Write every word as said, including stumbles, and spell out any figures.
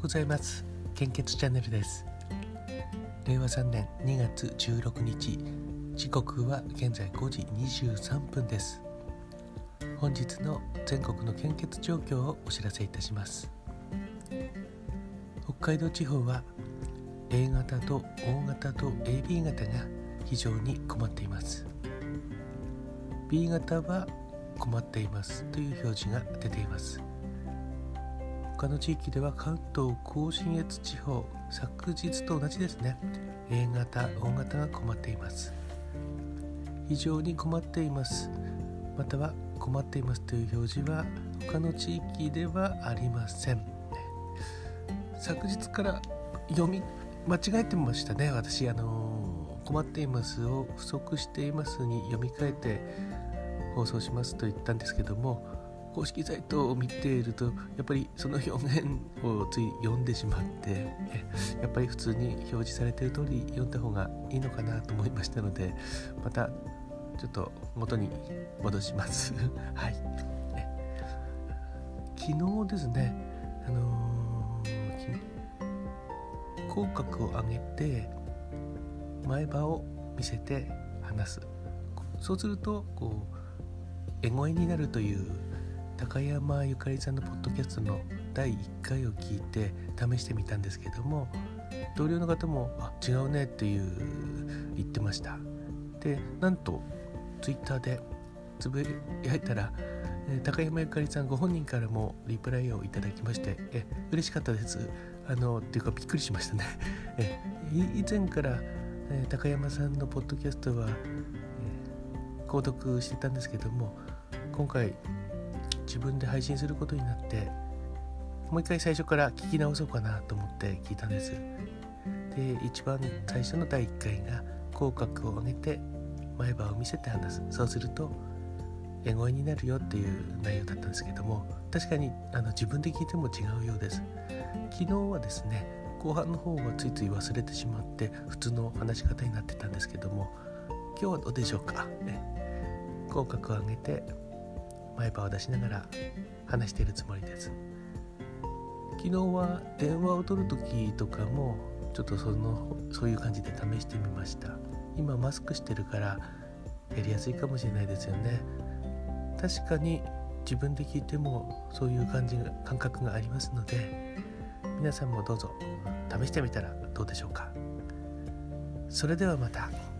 ございます。献血チャンネルです。れいわさんねんにがつじゅうろくにち、時刻は現在ごじにじゅうさんぷんです。本日の全国の献血状況をお知らせいたします。北海道地方は エー 型と O 型と エービー 型が非常に困っています。 ビー 型は困っていますという表示が出ています。他の地域では関東甲信越地方、昨日と同じですね。 エー 型、O 型が困っています。非常に困っています、または困っていますという表示は他の地域ではありません。昨日から読み間違えてましたね。私あのー、困っていますを不足していますに読み替えて放送しますと言ったんですけども、公式サイトを見ているとやっぱりその表現をつい読んでしまって、やっぱり普通に表示されている通り読んだ方がいいのかなと思いましたので、またちょっと元に戻しますはい。昨日ですね、あのー、口角を上げて前歯を見せて話す。そうするとこうエゴエになるという高山ゆかりさんのポッドキャストのだいいっかいを聞いて試してみたんですけども、同僚の方もあ違うねっていう言ってました。で、なんとツイッターでつぶやいたら、えー、高山ゆかりさんご本人からもリプライをいただきまして、え嬉しかったです。あのっていうかびっくりしましたねえ以前から、えー、高山さんのポッドキャストは、えー、購読してたんですけども、今回自分で配信することになってもう一回最初から聞き直そうかなと思って聞いたんです。で、一番最初のだいいっかいが口角を上げて前歯を見せて話す。そうするとエゴエになるよっていう内容だったんですけども、確かにあの自分で聞いても違うようです。昨日はですね、後半の方はついつい忘れてしまって普通の話し方になってたんですけども、今日はどうでしょうか。口角を上げて前歯を出しながら話しているつもりです。昨日は電話を取るときとかもちょっとそのそういう感じで試してみました。今マスクしてるからやりやすいかもしれないですよね。確かに自分で聞いてもそういう感じが感覚がありますので、皆さんもどうぞ試してみたらどうでしょうか。それではまた。